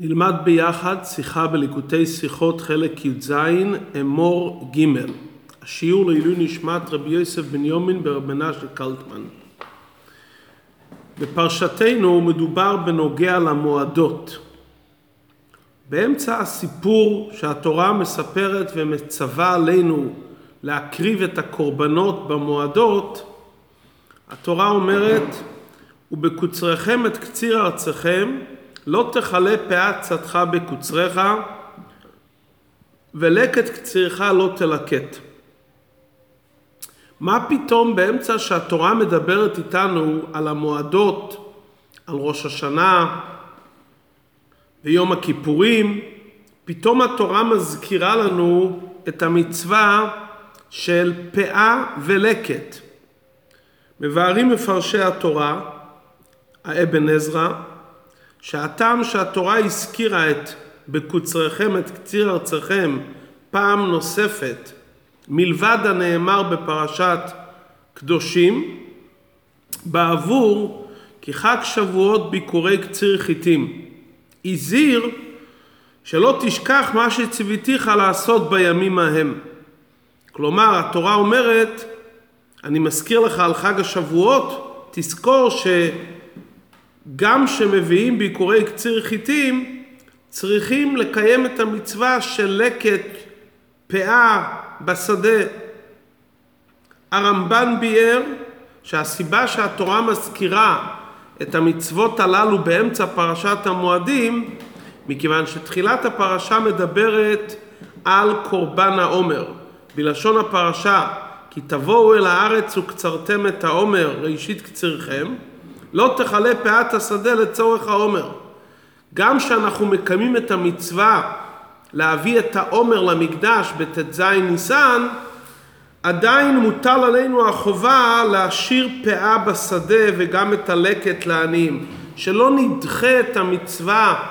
נלמד ביחד שיחה בליקוטי שיחות חלק י"ז אמור ג'. השיעור לעילוי נשמת רבי יוסף בן יומין ברב מנשה קלטמן. בפרשתנו מדובר בנוגע למועדות. באמצע הסיפור שהתורה מספרת ומצווה עלינו להקריב את הקורבנות במועדות, התורה אומרת, ובקוצריכם את קציר ארצכם, לא תכלה פאת צאתך בקוצריך, ולקט קצירך לא תלקט. מה פתאום באמצע שהתורה מדברת איתנו על המועדות, על ראש השנה ויום הכיפורים, פתאום התורה מזכירה לנו את המצווה של פאה ולקט. מבארים מפרשי התורה, האבן עזרא, שהטעם שהתורה הזכירה את בקוצריכם את קציר ארצכם פעם נוספת, מלבד הנאמר בפרשת קדושים, בעבור כי חג שבועות ביקורי קציר חיטים. הזהיר שלא תשכח מה שציוויתיך לעשות בימים ההם. כלומר, התורה אומרת, אני מזכיר לך על חג השבועות, תזכור שגם שמביאים ביקורי קציר חיטים, צריכים לקיים את המצווה של לקט פאה בשדה. הרמב"ן ביאר שהסיבה שהתורה מזכירה את המצוות הללו באמצע פרשת המועדים, מכיוון שתחילת הפרשה מדברת על קורבן העומר. בלשון הפרשה, כי תבואו אל הארץ וקצרתם את העומר ראשית קצירכם, לא תכלה פאת השדה לצורך העומר. גם שאנחנו מקיימים את המצווה להביא את העומר למקדש בט"ז ניסן, עדיין מוטל עלינו החובה להשאיר פאה בשדה וגם את הלקט לעניים. שלא נדחה את המצווה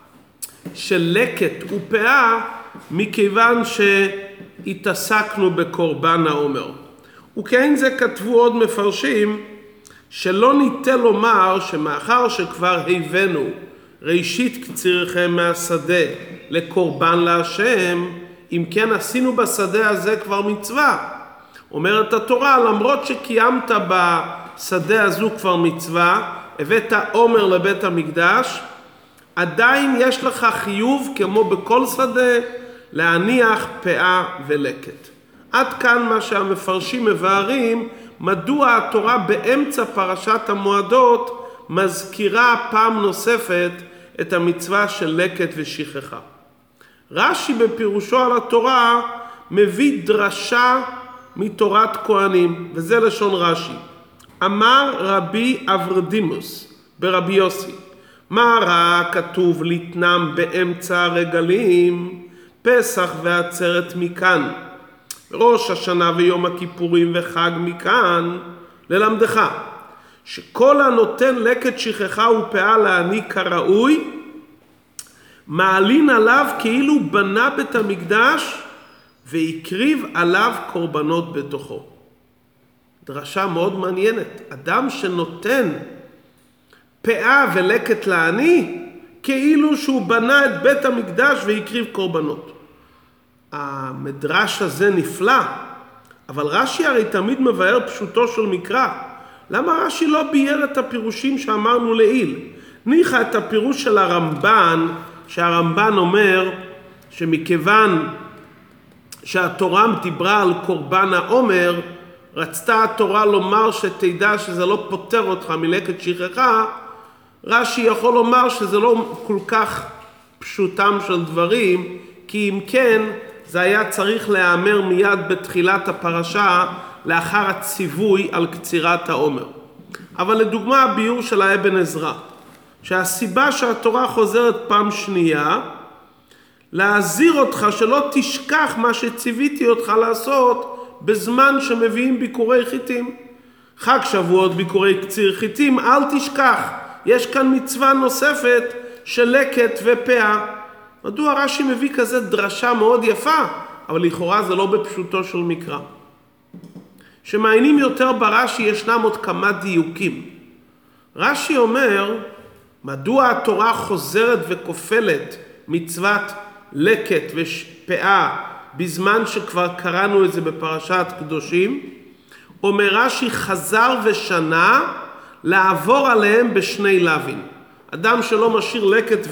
של לקט ופאה מכיוון שהתעסקנו בקורבן העומר. וכן זה כתבו עוד מפרשים שלא ניתן לומר שמאחר שכבר הבאנו ראשית קצירכם מהשדה לקורבן להשם, אם כן עשינו בשדה הזה כבר מצווה. אומרת התורה, למרות שקיימת בשדה הזו כבר מצווה, הבאת עומר לבית המקדש, עדיין יש לך חיוב כמו בכל שדה להניח פאה ולקט. עד כאן מה שהמפרשים מבארים, מדוע התורה באמצע פרשת המועדות מזכירה פעם נוספת את המצווה של לקט ושכחה. רש"י בפירושו על התורה מביא דרשה מתורת כהנים, וזה לשון רש"י. אמר רבי אברדימוס ברבי יוסי, מה רע כתוב לתנם באמצע הרגלים, פסח ועצרת מכאן, ראש השנה ויום הכיפורים וחג מכאן, ללמדך שכל הנותן לקט שכחה ופאה להעניק כראוי, מעלין עליו כאילו בנה בית המקדש והקריב עליו קורבנות בתוכו. דרשה מאוד מעניינת. אדם שנותן פאה ולקט לעני, כאילו שהוא בנה את בית המקדש והקריב קורבנות. המדרש הזה נפלא, אבל רש"י הרי תמיד מבאר פשוטו של מקרא. למה רש"י לא ביאר את הפירושים שאמרנו לעיל? ניחא את הפירוש של הרמב"ן, שהרמב"ן אומר שמכיוון שהתורה דיברה על קורבן העומר, רצתה התורה לומר שתדע שזה לא פותר אותך מלקט שכחה. רש"י יכול לומר שזה לא כל כך פשוטם של דברים, כי אם כן זה היה צריך להיאמר מיד בתחילת הפרשה לאחר הציווי על קצירת העומר. אבל לדוגמה הביאור של האבן עזרא, שהסיבה שהתורה חוזרת פעם שנייה, להזהיר אותך שלא תשכח מה שציוויתי אותך לעשות בזמן שמביאים ביקורי חיטים. חג שבועות ביקורי קציר חיטים, אל תשכח. יש כאן מצווה נוספת של לקט ופאה. מדוע רש"י מביא כזה דרשה מאוד יפה, אבל לכאורה זה לא בפשוטו של מקרא. שמעיינים יותר ברש"י ישנם עוד כמה דיוקים. רש"י אומר מדוע התורה חוזרת וכופלת מצוות לקט ופאה בזמן שכבר קראנו את זה בפרשת קדושים? אומר רש"י, חזר ושנה לעבור עליהם בשני לווין. אדם שלא משאיר לקט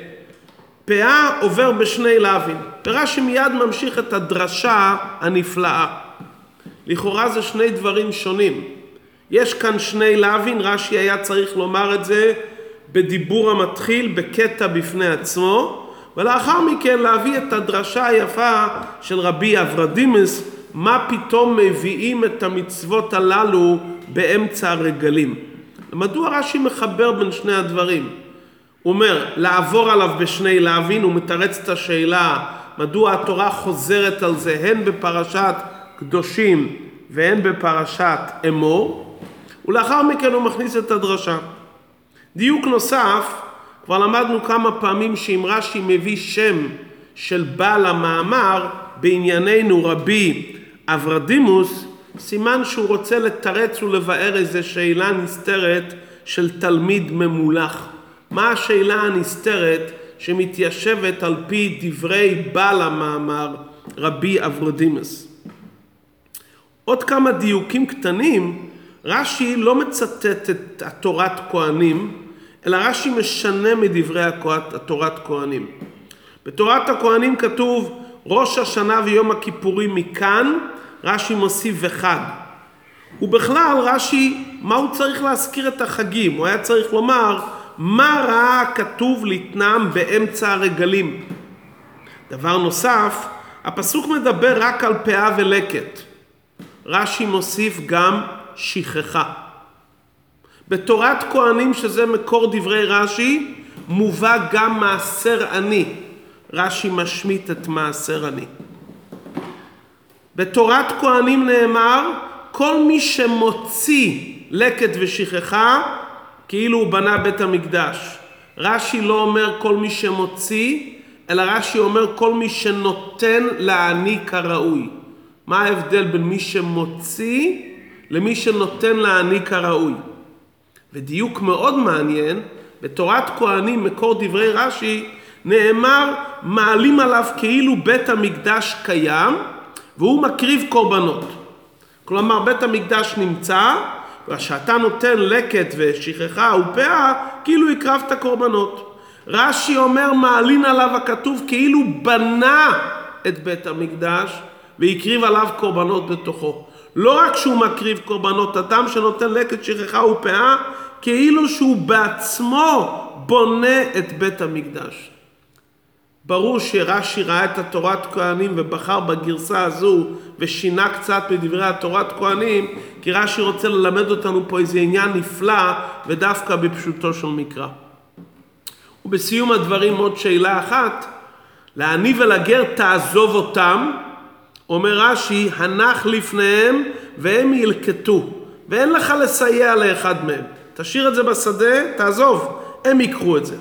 ופאה עובר בשני לווין. ורש"י מיד ממשיך את הדרשה הנפלאה. לכאורה זה שני דברים שונים. יש כאן שני לווין, רש"י היה צריך לומר את זה בדיבור המתחיל, בקטע בפני עצמו, ולאחר מכן להביא את הדרשה היפה של רבי אברדימוס, מה פתאום מביאים את המצוות הללו באמצע הרגלים. מדוע רש"י מחבר בין שני הדברים? הוא אומר, לעבור עליו בשני לווין, הוא מתרץ את השאלה, מדוע התורה חוזרת על זה, הן בפרשת קדושים והן בפרשת אמור, ולאחר מכן הוא מכניס את הדרשה. דיוק נוסף, כבר למדנו כמה פעמים שאם רש"י מביא שם של בעל המאמר, בענייננו רבי אברדימוס, סימן שהוא רוצה לתרץ ולבאר איזו שאלה נסתרת של תלמיד ממולח. מה השאלה הנסתרת שמתיישבת על פי דברי בעל המאמר רבי אברדימוס? עוד כמה דיוקים קטנים, רש"י לא מצטט את התורת כהנים, אלא רש"י משנה מדברי התורת כהנים. בתורת הכהנים כתוב ראש השנה ויום הכיפורים מכאן, רש"י מוסיף וחג. ובכלל רש"י, מה הוא צריך להזכיר את החגים? הוא היה צריך לומר מה ראה כתוב לתנם באמצע הרגלים. דבר נוסף, הפסוק מדבר רק על פאה ולקט. רש"י מוסיף גם שכחה. בתורת כהנים, שזה מקור דברי רש"י, מובא גם מעשר עני. רש"י משמיט את מעשר עני. בתורת כהנים נאמר, כל מי שמוציא לקט ושכחה, כאילו הוא בנה בית המקדש. רש"י לא אומר כל מי שמוציא, אלא רש"י אומר כל מי שנותן לעני כראוי. מה ההבדל בין מי שמוציא למי שנותן לעני כראוי? ודיוק מאוד מעניין, בתורת כהנים, מקור דברי רש"י, נאמר, מעלים עליו כאילו בית המקדש קיים, והוא מקריב קורבנות. כלומר, בית המקדש נמצא, ושאתה נותן לקט ושכחה ופאה, כאילו הקרבת קורבנות. רש"י אומר, מעלין עליו הכתוב כאילו בנה את בית המקדש, והקריב עליו קורבנות בתוכו. לא רק שהוא מקריב קורבנות, אדם שנותן לקט, שכחה ופאה, כאילו שהוא בעצמו בונה את בית המקדש. ברור שרש"י ראה את התורת כהנים ובחר בגרסה הזו ושינה קצת בדברי התורת כהנים, כי רש"י רוצה ללמד אותנו פה איזה עניין נפלא ודווקא בפשוטו של מקרא. ובסיום הדברים עוד שאלה אחת, לעני ולגר תעזוב אותם, אומר רש"י, הנח לפניהם והם ילקטו, ואין לך לסייע לאחד מהם. תשאיר את זה בשדה, תעזוב, הם יקחו את זה.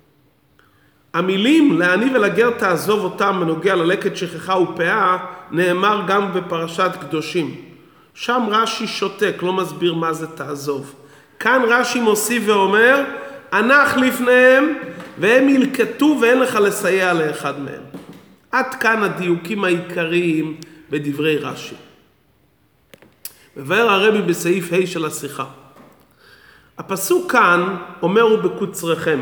המילים לעני ולגר תעזוב אותם בנוגע ללקט, שכחה ופאה, נאמר גם בפרשת קדושים. שם רש"י שותק, לא מסביר מה זה תעזוב. כאן רש"י מוסיף ואומר, הנח לפניהם והם ילקטו ואין לך לסייע לאחד מהם. עד כאן הדיוקים העיקריים בדברי רש"י. מבאר הרבי בסעיף ה' של השיחה. הפסוק כאן אומר הוא בקוצרכם.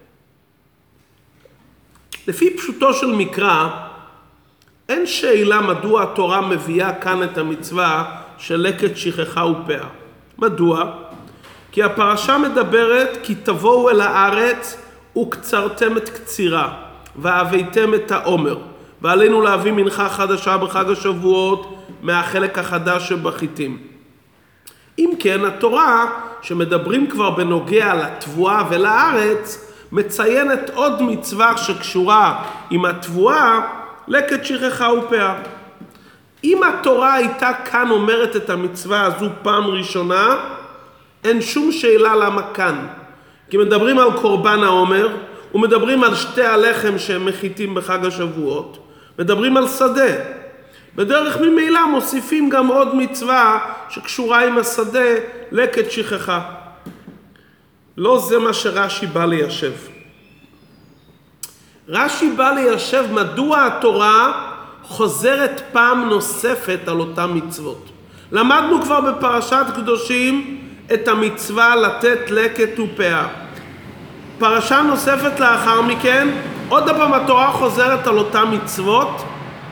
לפי פשוטו של מקרא, אין שאלה מדוע התורה מביאה כאן את המצווה של לקט, שכחה ופאה. מדוע? כי הפרשה מדברת כי תבואו אל הארץ וקצרתם את קצירה והבאתם את העומר, ועלינו להביא מנחה חדשה בחג השבועות מהחלק החדש שבחיתים. אם כן, התורה שמדברים כבר בנוגע לתבואה ולארץ, מציינת עוד מצווה שקשורה עם התבואה, לקט, שכחה ופאה. אם התורה הייתה כאן אומרת את המצווה הזו פעם ראשונה, אין שום שאלה למה כאן. כי מדברים על קורבן העומר, ומדברים על שתי הלחם שהם מחיתים בחג השבועות, מדברים על שדה. בדרך ממילא מוסיפים גם עוד מצווה שקשורה עם השדה, לקט, שכחה. לא זה מה שרש"י בא ליישב. רש"י בא ליישב מדוע התורה חוזרת פעם נוספת על אותם מצוות. למדנו כבר בפרשת קדושים את המצווה לתת לקט ופאה. פרשה נוספת לאחר מכן, עוד פעם התורה חוזרת על אותם מצוות.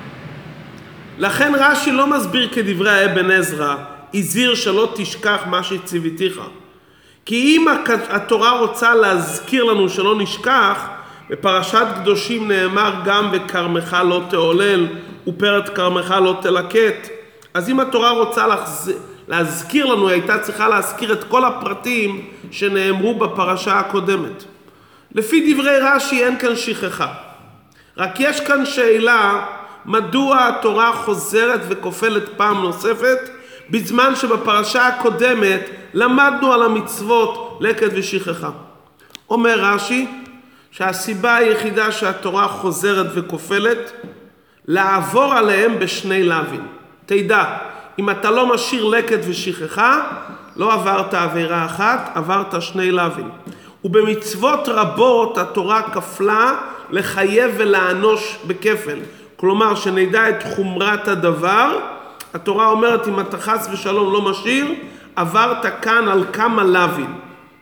לכן רש"י לא מסביר כדברי אבן עזרא, הזהיר שלא תשכח מה שציוויתיך. כי אם התורה רוצה להזכיר לנו שלא נשכח, בפרשת קדושים נאמר גם וכרמך לא תעולל ופרת כרמך לא תלקט. אז אם התורה רוצה להזכיר לנו, היא הייתה צריכה להזכיר את כל הפרטים שנאמרו בפרשה הקודמת. לפי דברי רש"י אין כאן שכחה. רק יש כאן שאלה, מדוע התורה חוזרת וכופלת פעם נוספת, בזמן שבפרשה הקודמת למדנו על המצוות לקט ושכחה. אומר רש"י שהסיבה היחידה שהתורה חוזרת וכופלת, לעבור עליהם בשני לווין. תדע, אם אתה לא משאיר לקט ושכחה, לא עברת עבירה אחת, עברת שני לווין. ובמצוות רבות התורה כפלה לחייב ולענוש בכפל. כלומר, שנדע את חומרת הדבר, התורה אומרת, אם אתה חס ושלום לא משאיר, עברת כאן על כמה לווין.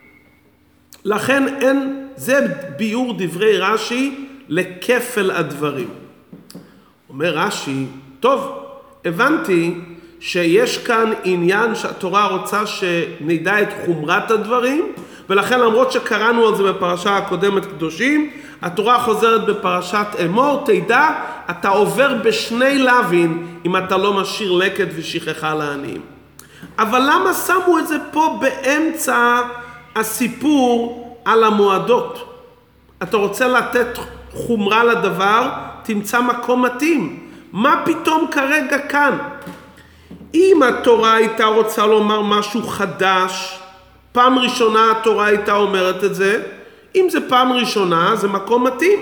לכן אין, זה ביאור דברי רש"י לכפל הדברים. אומר רש"י, טוב, הבנתי שיש כאן עניין שהתורה רוצה שנדע את חומרת הדברים, ולכן למרות שקראנו על זה בפרשה הקודמת קדושים, התורה חוזרת בפרשת אמור, תדע, אתה עובר בשני לווין אם אתה לא משאיר לקט ושכחה לעניים. אבל למה שמו את זה פה באמצע הסיפור על המועדות? אתה רוצה לתת חומרה לדבר, תמצא מקום מתאים. מה פתאום כרגע כאן? אם התורה הייתה רוצה לומר משהו חדש, פעם ראשונה התורה הייתה אומרת את זה, אם זה פעם ראשונה זה מקום מתאים.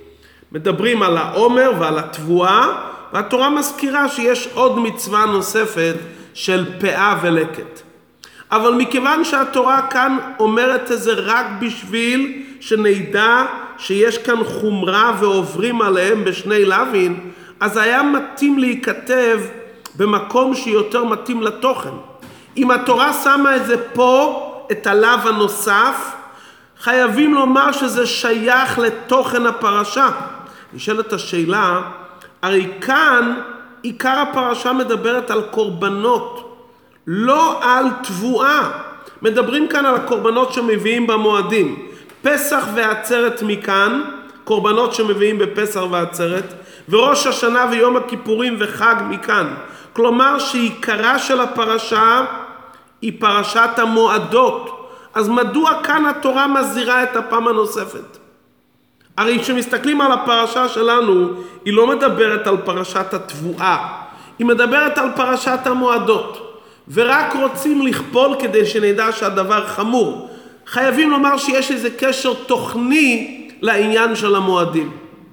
מדברים על העומר ועל התבואה, והתורה מזכירה שיש עוד מצווה נוספת של פאה ולקט. אבל מכיוון שהתורה כאן אומרת את זה רק בשביל שנדע שיש כאן חומרה ועוברים עליהם בשני לווין, אז היה מתאים להיכתב במקום שיותר מתאים לתוכן. אם התורה שמה את זה פה, את הלאו הנוסף, חייבים לומר שזה שייך לתוכן הפרשה. נשאלת השאלה, הרי כאן עיקר הפרשה מדברת על קורבנות, לא על תבואה. מדברים כאן על הקורבנות שמביאים במועדים. פסח ועצרת מכאן, קורבנות שמביאים בפסח ועצרת, וראש השנה ויום הכיפורים וחג מכאן. כלומר שעיקרה של הפרשה היא פרשת המועדות. אז מדוע כאן התורה מזהירה את הפעם הנוספת? הרי כשמסתכלים על הפרשה שלנו, היא לא מדברת על פרשת התבואה, היא מדברת על פרשת המועדות. ורק רוצים לכפול כדי שנדע שהדבר חמור. חייבים לומר שיש איזה קשר תוכני לעניין של המועדים.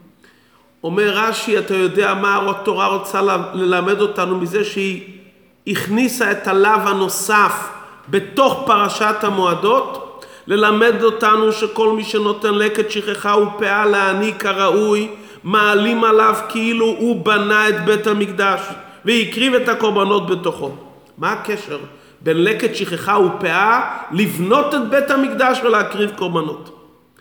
אומר רש"י, אתה יודע מה התורה רוצה ללמד אותנו מזה שהיא הכניסה את הלאו הנוסף בתוך פרשת המועדות? ללמד אותנו שכל מי שנותן לקט שכחה ופאה להעניק כראוי, מעלים עליו כאילו הוא בנה את בית המקדש והקריב את הקורבנות בתוכו. מה הקשר בין לקט שכחה ופאה לבנות את בית המקדש ולהקריב קורבנות?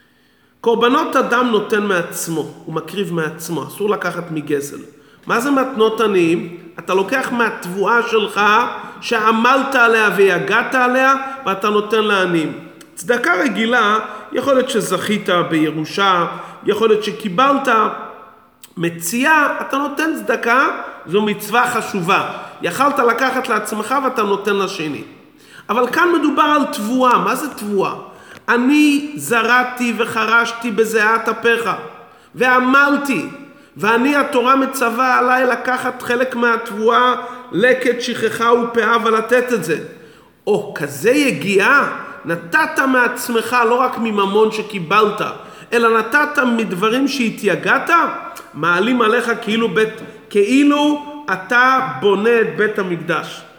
קורבנות אדם נותן מעצמו, הוא מקריב מעצמו, אסור לקחת מגזל. מה זה מתנות עניים? אתה לוקח מהתבואה שלך שעמלת עליה ויגעת עליה ואתה נותן לעניים. צדקה רגילה, יכול להיות שזכית בירושה, יכול להיות שקיבלת מציאה, אתה נותן צדקה, זו מצווה חשובה. יכלת לקחת לעצמך ואתה נותן לשני. אבל כאן מדובר על תבואה. מה זה תבואה? אני זרעתי וחרשתי בזיעת אפיך ועמלתי, ואני התורה מצווה עליי לקחת חלק מהתבואה, לקט שכחה ופאה ולתת את זה. או כזה יגיעה, נתת מעצמך לא רק מממון שקיבלת, אלא נתת מדברים שהתייגעת, מעלים עליך כאילו אתה בונה את בית המקדש.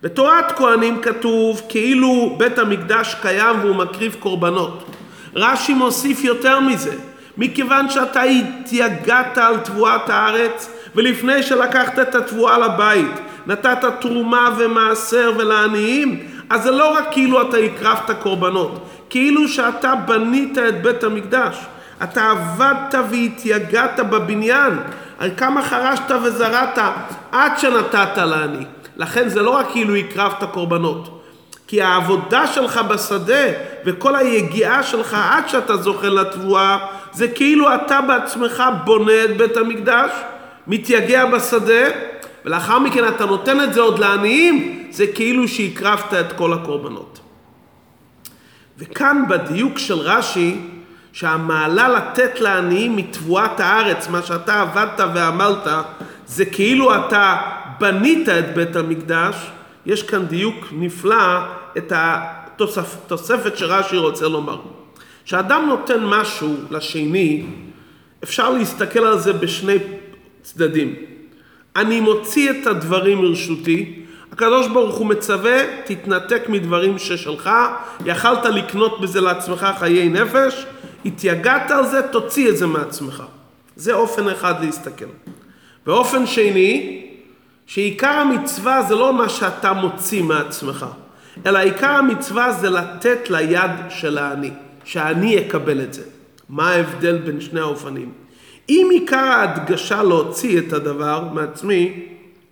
בתורת כהנים כתוב כאילו בית המקדש קיים והוא מקריב קורבנות. רש"י מוסיף יותר מזה, מכיוון שאתה התייגעת על תבואת הארץ, ולפני שלקחת את התבואה לבית, נתת תרומה ומעשר ולעניים, אז זה לא רק כאילו אתה הקרבת קורבנות, כאילו שאתה בנית את בית המקדש. אתה עבדת והתייגעת בבניין, על כמה חרשת וזרעת עד שנתת לעני. לכן זה לא רק כאילו הקרבת קורבנות, כי העבודה שלך בשדה וכל היגיעה שלך עד שאתה זוכה לתבואה, זה כאילו אתה בעצמך בונה את בית המקדש, מתייגע בשדה, ולאחר מכן אתה נותן את זה עוד לעניים, זה כאילו שהקרבת את כל הקורבנות. וכאן בדיוק של רש"י, שהמעלה לתת לעניים מתבואת הארץ, מה שאתה עבדת ועמלת, זה כאילו אתה בנית את בית המקדש. יש כאן דיוק נפלא, את התוספת שרש"י רוצה לומר. כשאדם נותן משהו לשני, אפשר להסתכל על זה בשני צדדים. אני מוציא את הדברים מרשותי, הקדוש ברוך הוא מצווה, תתנתק מדברים ששלך, יכלת לקנות בזה לעצמך חיי נפש, התייגעת על זה, תוציא את זה מעצמך. זה אופן אחד להסתכל. באופן שני, שעיקר המצווה זה לא מה שאתה מוציא מעצמך, אלא עיקר המצווה זה לתת ליד של העני, שהעני יקבל את זה. מה ההבדל בין שני האופנים? אם עיקר ההדגשה להוציא את הדבר מעצמי,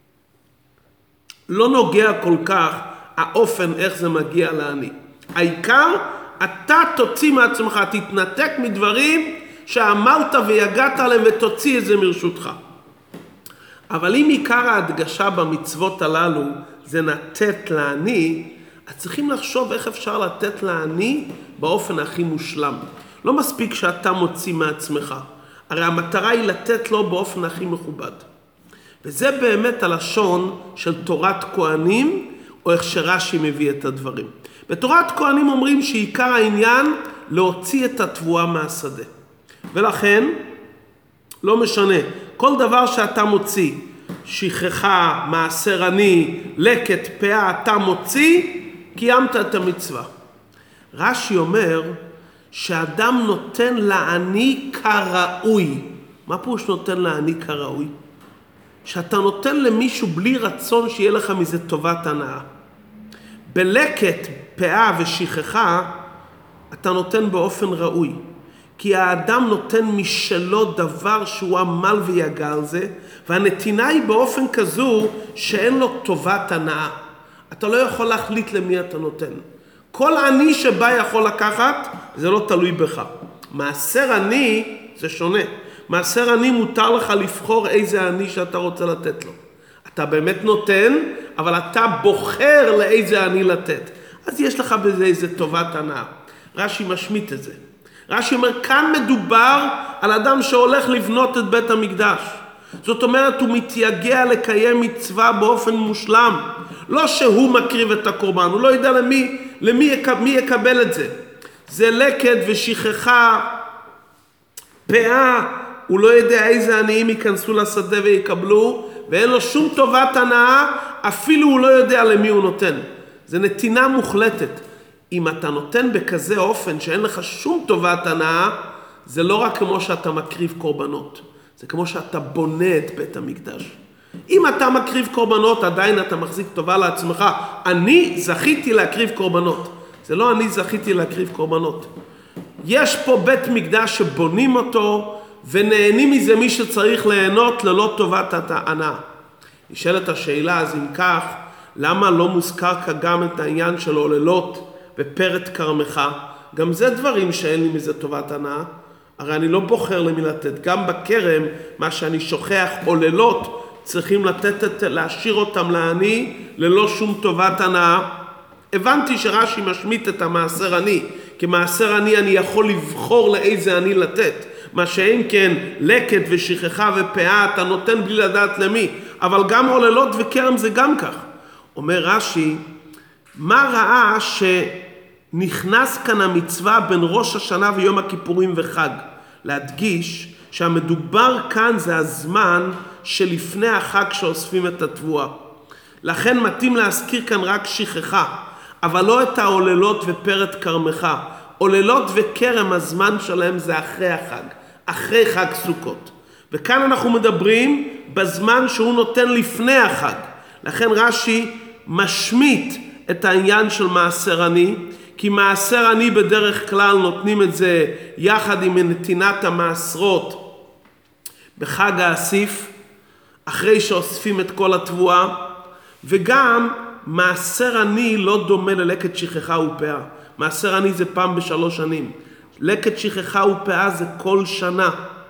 לא נוגע כל כך האופן איך זה מגיע לעני. העיקר, אתה תוציא מעצמך, תתנתק מדברים שעמלת ויגעת עליהם ותוציא את זה מרשותך. אבל אם עיקר ההדגשה במצוות הללו זה נתת לעני, אז צריכים לחשוב איך אפשר לתת לעני באופן הכי מושלם. לא מספיק שאתה מוציא מעצמך, הרי המטרה היא לתת לו באופן הכי מכובד. וזה באמת הלשון של תורת כהנים, או איך שרש"י מביא את הדברים. בתורת כהנים אומרים שעיקר העניין להוציא את התבואה מהשדה. ולכן, לא משנה, כל דבר שאתה מוציא, שכחה, מעשר עני, לקט, פאה, אתה מוציא, קיימת את המצווה. רש"י אומר שאדם נותן לעני כראוי. מה פירוש נותן לעני כראוי? שאתה נותן למישהו בלי רצון שיהיה לך מזה טובת הנאה. בלקט, פאה ושכחה, אתה נותן באופן ראוי. כי האדם נותן משלו דבר שהוא עמל ויגע על זה, והנתינה היא באופן כזו שאין לו טובת הנאה. אתה לא יכול להחליט למי אתה נותן. כל עני שבא יכול לקחת, זה לא תלוי בך. מעשר עני זה שונה. מעשר עני מותר לך לבחור איזה עני שאתה רוצה לתת לו. אתה באמת נותן, אבל אתה בוחר לאיזה עני לתת. אז יש לך בזה איזה טובת הנאה. רש"י משמיט את זה. רש"י אומר, כאן מדובר על אדם שהולך לבנות את בית המקדש. זאת אומרת, הוא מתייגע לקיים מצווה באופן מושלם. לא שהוא מקריב את הקורבן, הוא לא יודע מי יקבל את זה. זה לקט ושכחה, פאה, הוא לא יודע איזה עניים ייכנסו לשדה ויקבלו, ואין לו שום טובת הנאה, אפילו הוא לא יודע למי הוא נותן. זה נתינה מוחלטת. אם אתה נותן בכזה אופן שאין לך שום טובת הנאה, זה לא רק כמו שאתה מקריב קורבנות, זה כמו שאתה בונה את בית המקדש. אם אתה מקריב קורבנות, עדיין אתה מחזיק טובה לעצמך. אני זכיתי להקריב קורבנות. זה לא אני זכיתי להקריב קורבנות. יש פה בית מקדש שבונים אותו, ונהנים מזה מי שצריך ליהנות ללא טובת הנאה. נשאלת השאלה, אז אם כך, למה לא מוזכר גם את העניין של עוללות ופרת כרמך? גם זה דברים שאין לי מזה טובת הנאה. הרי אני לא בוחר למי לתת. גם בכרם, מה שאני שוכח עוללות, צריכים להשאיר אותם לעני ללא שום טובת הנאה. הבנתי שרש"י משמיט את המעשר עני. כמעשר עני אני יכול לבחור לאיזה עני לתת. מה שאין כן לקט ושכחה ופאה אתה נותן בלי לדעת למי. אבל גם עוללות וכרם זה גם כך. אומר רש"י, מה ראה שנכנס כאן המצווה בין ראש השנה ויום הכיפורים וחג? להדגיש שהמדובר כאן זה הזמן שלפני החג שאוספים את התבואה. לכן מתאים להזכיר כאן רק שכחה, אבל לא את העוללות ופרד כרמך. עוללות וכרם הזמן שלהם זה אחרי החג, אחרי חג סוכות. וכאן אנחנו מדברים בזמן שהוא נותן לפני החג. לכן רש"י משמיט את העניין של מעשר עני, כי מעשר עני בדרך כלל נותנים את זה יחד עם נתינת המעשרות בחג האסיף, אחרי שאוספים את כל התבואה, וגם מעשר עני לא דומה ללקט שכחה ופאה. מעשר עני זה פעם ב3 שנים. לקט שכחה ופאה זה כל שנה.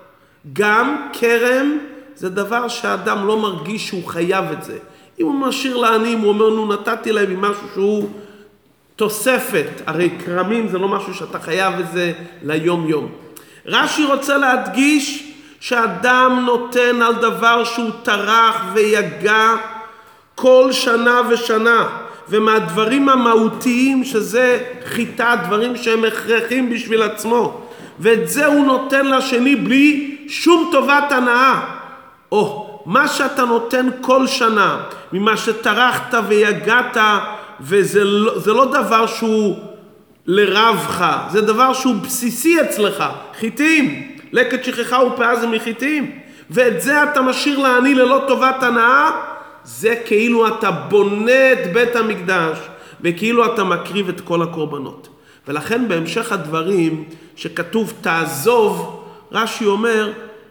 גם כרם זה דבר שהאדם לא מרגיש שהוא חייב את זה. אם הוא משאיר לעניים, הוא אומר, נו, נתתי להם משהו שהוא תוספת. הרי כרמים זה לא משהו שאתה חייב את זה ליום יום. רש"י רוצה להדגיש שאדם נותן על דבר שהוא טרח ויגע כל שנה ושנה, ומהדברים המהותיים שזה חיטה, דברים שהם הכרחים בשביל עצמו, ואת זה הוא נותן לשני בלי שום טובת הנאה. מה שאתה נותן כל שנה, ממה שטרחת ויגעת, וזה לא דבר שהוא לרבך, זה דבר שהוא בסיסי אצלך, חיטים, לקט שכחה ופאה זה מחיטים, ואת זה אתה משאיר לעני ללא טובת הנאה, זה כאילו אתה בונה את בית המקדש, וכאילו אתה מקריב את כל הקורבנות. ולכן בהמשך הדברים שכתוב תעזוב, רש"י אומר,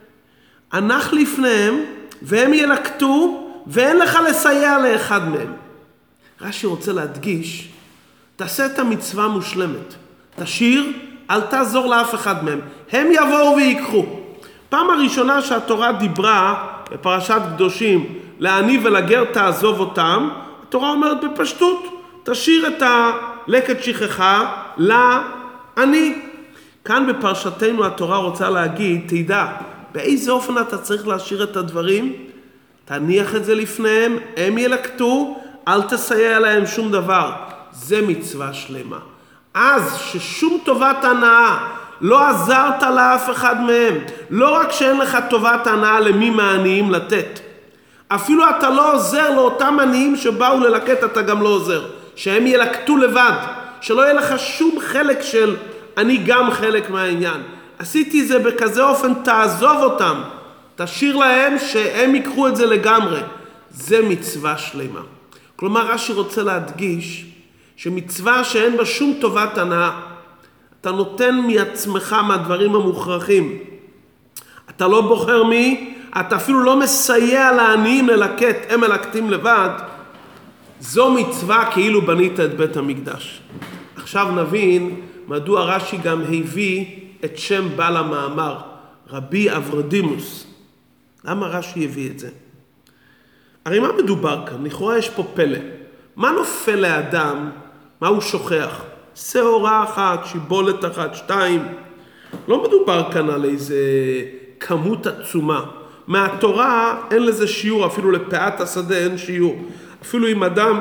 הנח לפניהם והם ילקטו ואין לך לסייע לאחד מהם. רש"י רוצה להדגיש, תעשה את המצווה מושלמת, תשאיר, אל תעזור לאף אחד מהם, הם יבואו ויקחו. פעם הראשונה שהתורה דיברה בפרשת קדושים לעני ולגר תעזוב אותם, התורה אומרת בפשטות, תשאיר את הלקט שכחה לעני. כאן בפרשתנו התורה רוצה להגיד, תדע, באיזה אופן אתה צריך להשאיר את הדברים? תניח את זה לפניהם, הם ילקטו, אל תסייע להם שום דבר. זה מצווה שלמה. אז ששום טובת הנאה לא עזרת לאף אחד מהם, לא רק שאין לך טובת הנאה למי מהעניים לתת, אפילו אתה לא עוזר לאותם עניים שבאו ללקט, אתה גם לא עוזר. שהם ילקטו לבד, שלא יהיה לך שום חלק של אני גם חלק מהעניין. עשיתי זה בכזה אופן, תעזוב אותם, תשאיר להם שהם ייקחו את זה לגמרי. זה מצווה שלמה. כלומר, רש"י רוצה להדגיש שמצווה שאין בה שום טובת הנאה, אתה נותן מעצמך מהדברים המוכרחים. אתה לא בוחר מי, אתה אפילו לא מסייע לעניים ללקט, הם מלקטים לבד. זו מצווה כאילו בנית את בית המקדש. עכשיו נבין מדוע רש"י גם הביא את שם בעל המאמר, רבי אברדימוס. למה רש"י הביא את זה? הרי מה מדובר כאן? לכאורה יש פה פלא. מה נופל לאדם? מה הוא שוכח? שעורה אחת, שיבולת אחת, 2. לא מדובר כאן על איזה כמות עצומה. מהתורה אין לזה שיעור, אפילו לפאת השדה אין שיעור. אפילו אם אדם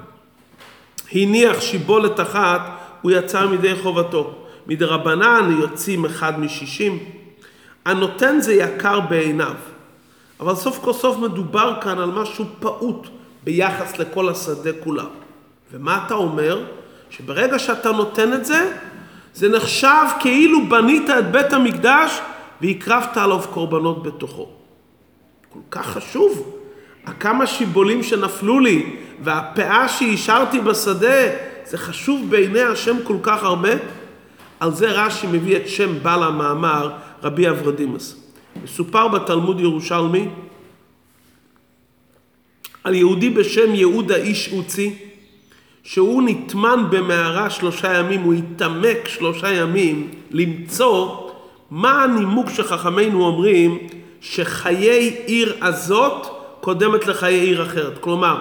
הניח שיבולת אחת, הוא יצא מידי חובתו. מדרבנן יוצאים 1 מ-60. הנותן זה יקר בעיניו. אבל סוף כל סוף מדובר כאן על משהו פעוט ביחס לכל השדה כולה. ומה אתה אומר? שברגע שאתה נותן את זה, זה נחשב כאילו בנית את בית המקדש והקרבת עליו קורבנות בתוכו. כל כך חשוב. כמה שיבולים שנפלו לי והפאה שהשארתי בשדה, זה חשוב בעיני השם כל כך הרבה. על זה רש"י מביא את שם בעל המאמר, רבי אברדימוס. מסופר בתלמוד ירושלמי על יהודי בשם יהודה איש אוצי, שהוא נטמן במערה 3 ימים, הוא התעמק 3 ימים למצוא מה הנימוק שחכמינו אומרים שחיי עיר הזאת קודמת לחיי עיר אחרת. כלומר,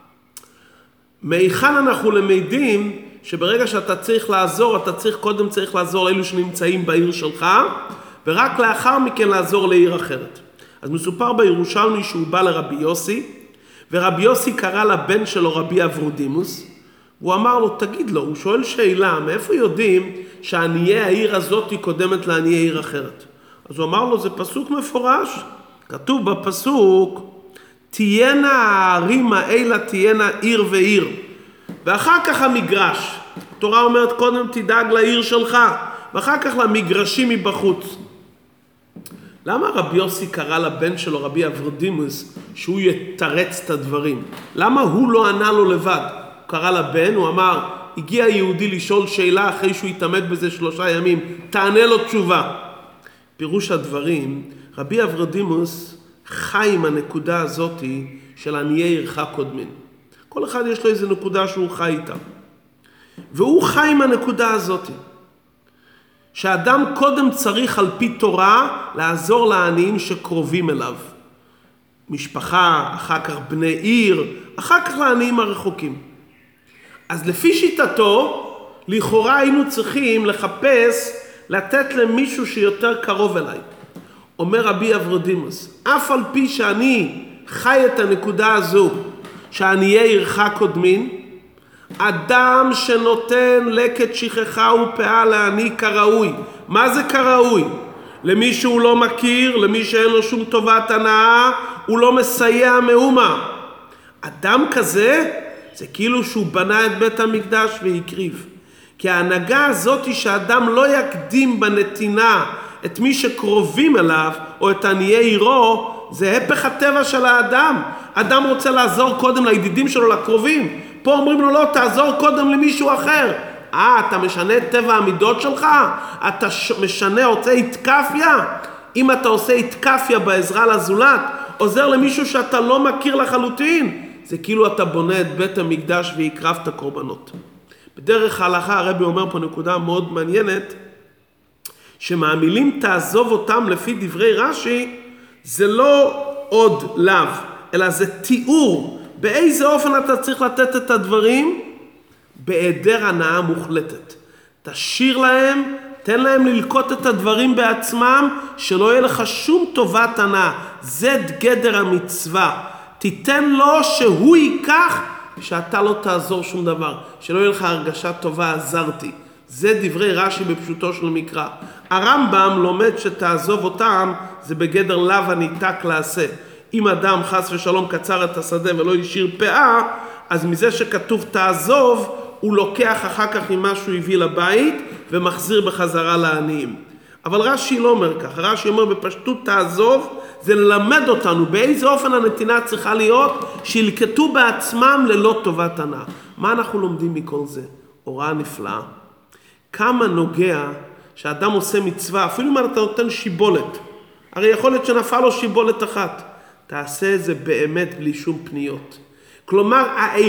מהיכן אנחנו למדים שברגע שאתה צריך לעזור, אתה קודם צריך לעזור לאלו שנמצאים בעיר שלך, ורק לאחר מכן לעזור לעיר אחרת. אז מסופר בירושלמי שהוא בא לרבי יוסי, ורבי יוסי קרא לבן שלו רבי אברדימוס, והוא אמר לו, תגיד לו, הוא שואל שאלה, מאיפה יודעים שעניי העיר הזאת היא קודמת לעניי עיר אחרת? אז הוא אמר לו, זה פסוק מפורש, כתוב בפסוק, תהיינה הערים האלה תהיינה עיר ועיר. ואחר כך המגרש. התורה אומרת קודם תדאג לעיר שלך, ואחר כך למגרשים מבחוץ. למה רבי יוסי קרא לבן שלו, רבי אברדימוס, שהוא יתרץ את הדברים? למה הוא לא ענה לו לבד? הוא קרא לבן, הוא אמר, הגיע יהודי לשאול שאלה אחרי שהוא התעמד בזה 3 ימים, תענה לו תשובה. פירוש הדברים, רבי אברדימוס חי עם הנקודה הזאת של עניי עירך קודמין. כל אחד יש לו איזו נקודה שהוא חי איתה. והוא חי עם הנקודה הזאת. שאדם קודם צריך על פי תורה לעזור לעניים שקרובים אליו. משפחה, אחר כך בני עיר, אחר כך לעניים הרחוקים. אז לפי שיטתו, לכאורה היינו צריכים לחפש, לתת למישהו שיותר קרוב אליי. אומר רבי אברדימוס, אף על פי שאני חי את הנקודה הזו, שעניי עירך קודמין, אדם שנותן לקט שכחה ופאה לעני כראוי. מה זה כראוי? למי שהוא לא מכיר, למי שאין לו שום טובת הנאה, הוא לא מסייע מאומה. אדם כזה, זה כאילו שהוא בנה את בית המקדש והקריב. כי ההנהגה הזאת היא שאדם לא יקדים בנתינה את מי שקרובים אליו, או את עניי עירו, זה הפך הטבע של האדם. אדם רוצה לעזור קודם לידידים שלו, לקרובים. פה אומרים לו לא, תעזור קודם למישהו אחר. אתה משנה את טבע המידות שלך? אתה משנה, עושה התקפיה? אם אתה עושה התקפיה בעזרה לזולת, עוזר למישהו שאתה לא מכיר לחלוטין, זה כאילו אתה בונה את בית המקדש והקרבת קורבנות. בדרך ההלכה הרבי אומר פה נקודה מאוד מעניינת, שמהמילים תעזוב אותם לפי דברי רש"י, זה לא עוד לאו, אלא זה תיאור. באיזה אופן אתה צריך לתת את הדברים? בהיעדר הנאה מוחלטת. תשאיר להם, תן להם ללקוט את הדברים בעצמם, שלא יהיה לך שום טובת הנאה. זה גדר המצווה. תיתן לו שהוא ייקח, שאתה לא תעזור שום דבר. שלא יהיה לך הרגשה טובה, עזרתי. זה דברי רש"י בפשוטו של מקרא. הרמב"ם לומד שתעזוב אותם, זה בגדר לאו הניתק לעשה. אם אדם חס ושלום קצר את השדה ולא ישאיר פאה, אז מזה שכתוב תעזוב, הוא לוקח אחר כך ממה שהוא הביא לבית, ומחזיר בחזרה לעניים. אבל רש"י לא אומר כך. רש"י אומר בפשטות תעזוב, זה ללמד אותנו באיזה אופן הנתינה צריכה להיות, שילקטו בעצמם ללא טובת הנאה. מה אנחנו לומדים מכל זה? הוראה נפלאה. כמה נוגע שאדם עושה מצווה, אפילו אם אתה נותן שיבולת, הרי יכול להיות שנפל לו שיבולת אחת, תעשה את זה באמת בלי שום פניות. כלומר,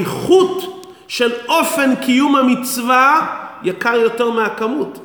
האיכות של אופן קיום המצווה יקר יותר מהכמות.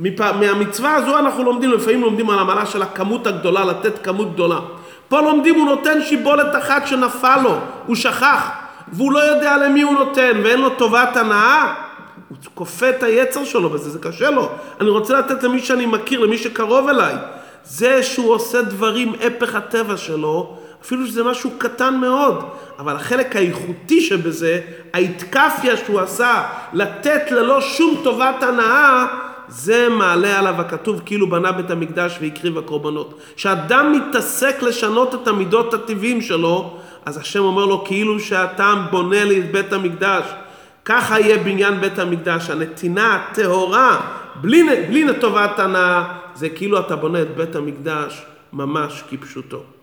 מהמצווה הזו אנחנו לומדים, לפעמים לומדים על המעלה של הכמות הגדולה, לתת כמות גדולה. פה לומדים, הוא נותן שיבולת אחת שנפל לו, הוא שכח, והוא לא יודע למי הוא נותן, ואין לו טובת הנאה. הוא כופה את היצר שלו בזה, זה קשה לו. אני רוצה לתת למי שאני מכיר, למי שקרוב אליי. זה שהוא עושה דברים הפך הטבע שלו, אפילו שזה משהו קטן מאוד, אבל החלק האיכותי שבזה, ההתקפיה שהוא עשה, לתת ללא שום טובת הנאה, זה מעלה עליו הכתוב כאילו בנה בית המקדש והקריב הקורבנות. שאדם מתעסק לשנות את המידות הטבעיים שלו, אז השם אומר לו כאילו שאתה בונה לי את בית המקדש, ככה יהיה בניין בית המקדש. הנתינה הטהורה, בלי טובת הנאה, זה כאילו אתה בונה את בית המקדש ממש כפשוטו.